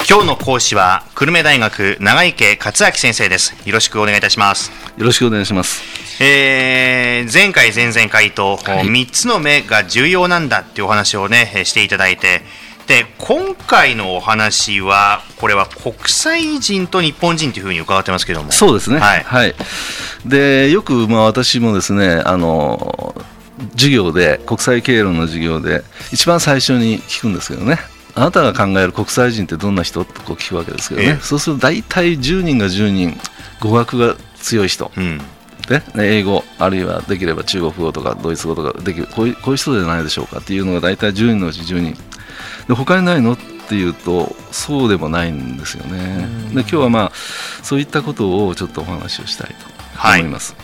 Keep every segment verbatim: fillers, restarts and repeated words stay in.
今日の講師は久留米大学長池克明先生です。よろしくお願いいたします。 よろしくお願いします。 えー、前回前々回と、はい、みっつの目が重要なんだっていうお話をねしていただいて、で今回のお話はこれは国際人と日本人というふうに伺ってますけども。 そうですね、はいはい、でよくまあ私もですねあの授業で国際経論の授業で一番最初に聞くんですけどね、あなたが考える国際人ってどんな人ってこう聞くわけですけどね、そうすると大体じゅうにんがじゅうにん語学が強い人、うん、で英語あるいはできれば中国語とかドイツ語とかできるこういう、こういう人じゃないでしょうかっていうのが大体じゅうにんのうちじゅうにんで、他にないのっていうとそうでもないんですよね。で今日はまあそういったことをちょっとお話をしたいと思います、はい。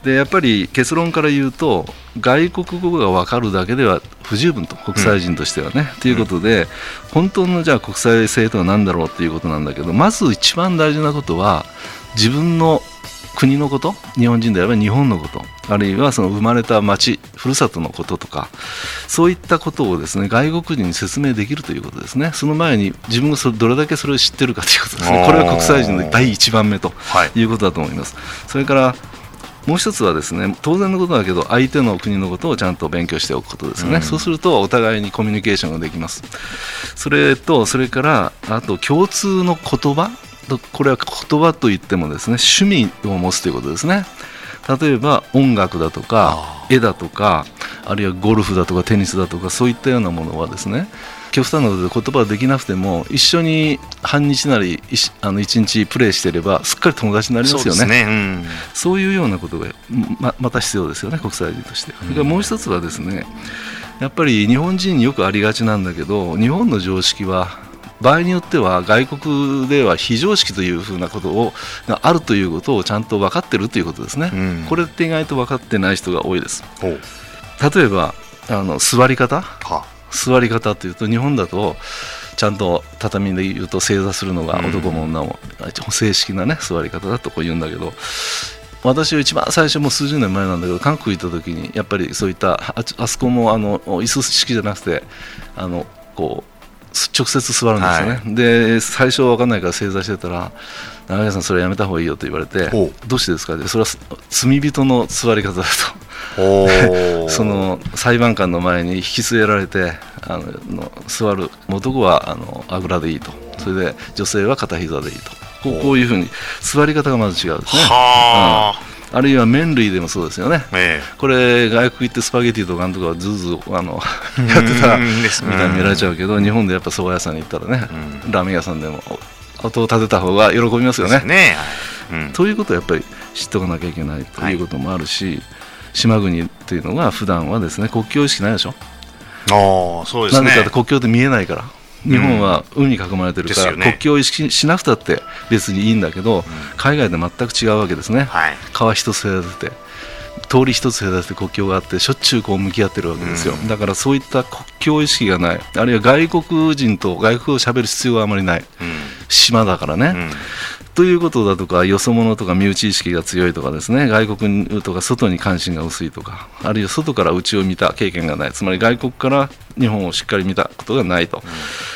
でやっぱり結論から言うと外国語が分かるだけでは不十分と、国際人としてはね、うん、ということで、うん、本当のじゃあ国際性とは何だろうっていうことなんだけど、まず一番大事なことは自分の国のこと、日本人であれば日本のこと、あるいはその生まれた町ふるさとのこととか、そういったことをですね外国人に説明できるということですね。その前に自分がそれどれだけそれを知ってるかということですね。これが国際人の第一番目ということだと思います、はい。それからもう一つはですね、当然のことだけど相手の国のことをちゃんと勉強しておくことですよね、うん、そうするとお互いにコミュニケーションができます。それとそれからあと共通の言葉、これは言葉といってもですね趣味を持つということですね。例えば音楽だとか絵だとか、あるいはゴルフだとかテニスだとか、そういったようなものはですね、極端なことで言葉ができなくても一緒に半日なりあの一日プレーしていればすっかり友達になりますよね。そうですね、うん、そういうようなことが ま, また必要ですよね、国際人として。それからもう一つはですね、やっぱり日本人によくありがちなんだけど、日本の常識は場合によっては外国では非常識というふうなことをがあるということをちゃんと分かってるということですね、うん、これって意外と分かってない人が多いです。例えばあの座り方、は座り方というと日本だとちゃんと畳で言うと正座するのが男も女も正式な、ね、座り方だとこう言うんだけど、私は一番最初もう数十年前なんだけど韓国行った時にやっぱりそういったあ、あそこもあの椅子式じゃなくてあのこう直接座るんですよね、はい、で最初は分かんないから正座してたら、長屋さんそれやめた方がいいよと言われて、どうしてですかって、それは罪人の座り方だとその裁判官の前に引き据えられてあの座る、男はあのあぐらでいいと、それで女性は片膝でいいと、こう、こういうふうに座り方がまず違うんですね。はあ、うん、あるいは麺類でもそうですよね、ええ、これ外国行ってスパゲティとかなんとかずうずうあのやってたみたいに見られちゃうけど、日本でやっぱ蕎麦屋さんに行ったらね、うん、ラーメン屋さんでも後を立てた方が喜びますよね。ですね、うん、ということをやっぱり知っておかなきゃいけないということもあるし、はい、島国というのが普段はですね国境意識ないでしょ。あ、そうですね、なぜかと国境って見えないから。日本は海に囲まれてるから、うんね、国境を意識しなくたって別にいいんだけど、うん、海外で全く違うわけですね、はい、川一つ隔てて通り一つ隔てて国境があってしょっちゅうこう向き合ってるわけですよ、うん、だからそういった国境意識がない、あるいは外国人と外国語をしゃべる必要はあまりない、うん、島だからね、うん、ということだとか、よそ者とか身内意識が強いとかですね、外国とか外に関心が薄いとか、あるいは外から内を見た経験がない、つまり外国から日本をしっかり見たことがないと、うん、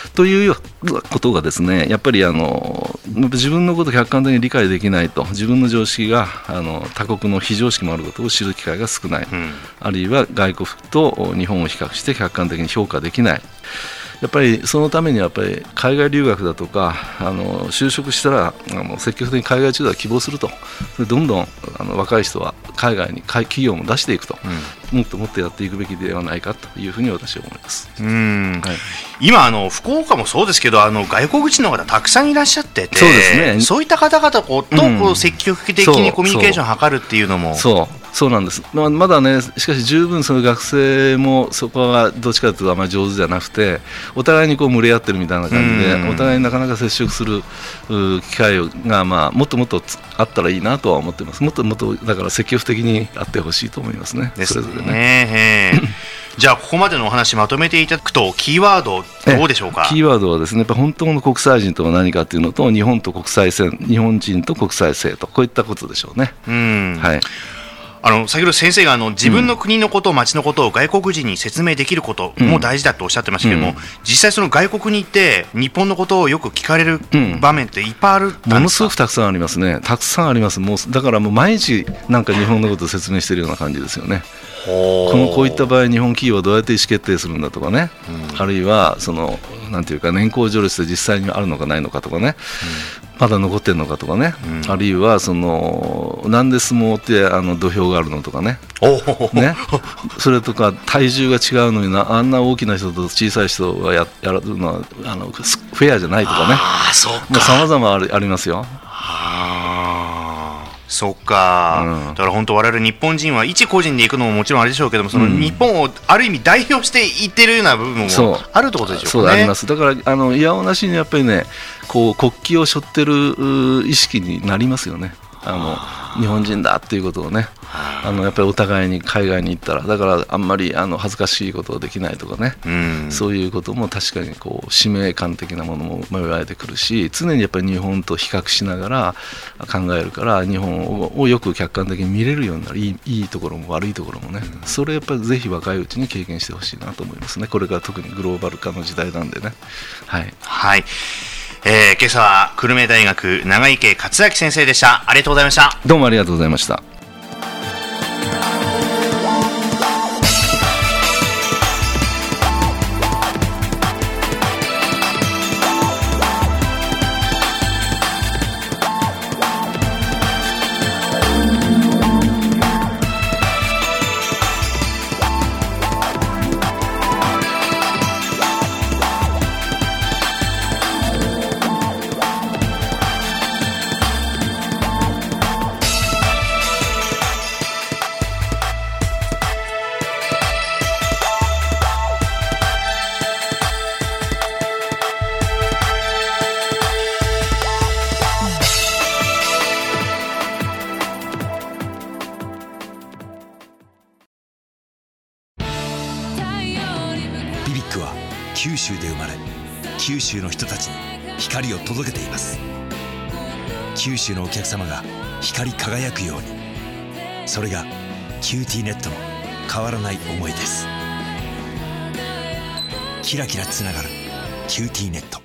というようなことがですね、やっぱりあの自分のことを客観的に理解できないと、自分の常識があの他国の非常識もあることを知る機会が少ない、うん、あるいは外国と日本を比較して客観的に評価できない。やっぱりそのためにはやっぱり海外留学だとか、あの就職したらあの積極的に海外駐在を希望すると、どんどんあの若い人は海外に企業も出していくと、うん、もっともっとやっていくべきではないかというふうに私は思います。うーん、はい、 今あの福岡もそうですけど、あの外国人の方たくさんいらっしゃってて、そうですね、そういった方々とこう、うん、積極的にコミュニケーションを図るっていうのも、 そうそうなんです、まあ、まだね、しかし十分その学生もそこはどっちかというとあまり上手じゃなくて、お互いにこう群れ合ってるみたいな感じで、お互いになかなか接触する機会が、まあ、もっともっとあったらいいなとは思っています。もっともっとだから積極的にあってほしいと思いますね。 ですね、それぞれねじゃあここまでのお話まとめていただくと、キーワードどうでしょうか。 キーワードはですね、やっぱ本当の国際人とは何かというのと、日本と国際線、日本人と国際性と、こういったことでしょうね。うん、はい、 あの先ほど先生があの自分の国のこと、うん、町のことを外国人に説明できることも大事だとおっしゃってましたけども、うん、実際その外国に行って日本のことをよく聞かれる場面っていっぱいあるんですか？ ものすごくたくさんありますね。たくさんあります。もうだからもう毎日なんか日本のことを説明しているような感じですよね。このこういった場合日本企業はどうやって意思決定するんだとかね、うん、あるいはそのなんていうか年功序列で実際にあるのかないのかとかね、うん、まだ残ってるのかとかね、うん、あるいはそのなんで相撲ってあの土俵があるのとかね、ねそれとか体重が違うのになあんな大きな人と小さい人が や, やるのはあのフェアじゃないとかね、さまざまありますよ。 そっか、うん、だから本当我々日本人は一個人で行くのももちろんあれでしょうけども、その日本をある意味代表して行ってるような部分もあるってことでしょうかね。 そうあります。だからあのいやおなしにやっぱりねこう国旗を背負ってる意識になりますよね。あの日本人だっていうことをね、あのやっぱりお互いに海外に行ったらだからあんまりあの恥ずかしいことをできないとかね、うん、そういうことも確かにこう使命感的なものも芽生えてくるし、常にやっぱり日本と比較しながら考えるから日本をよく客観的に見れるようになる。いい、いいところも悪いところもね、うん、それやっぱりぜひ若いうちに経験してほしいなと思いますね。これから特にグローバル化の時代なんでね。はい、 はいえー、今朝は久留米大学長池克明先生でした。ありがとうございました。 どうもありがとうございました。 九州で生まれ九州の人たちに光を届けています。九州のお客様が光り輝くように、それがキューティーネットの変わらない思いです。キラキラつながるキューティーネット。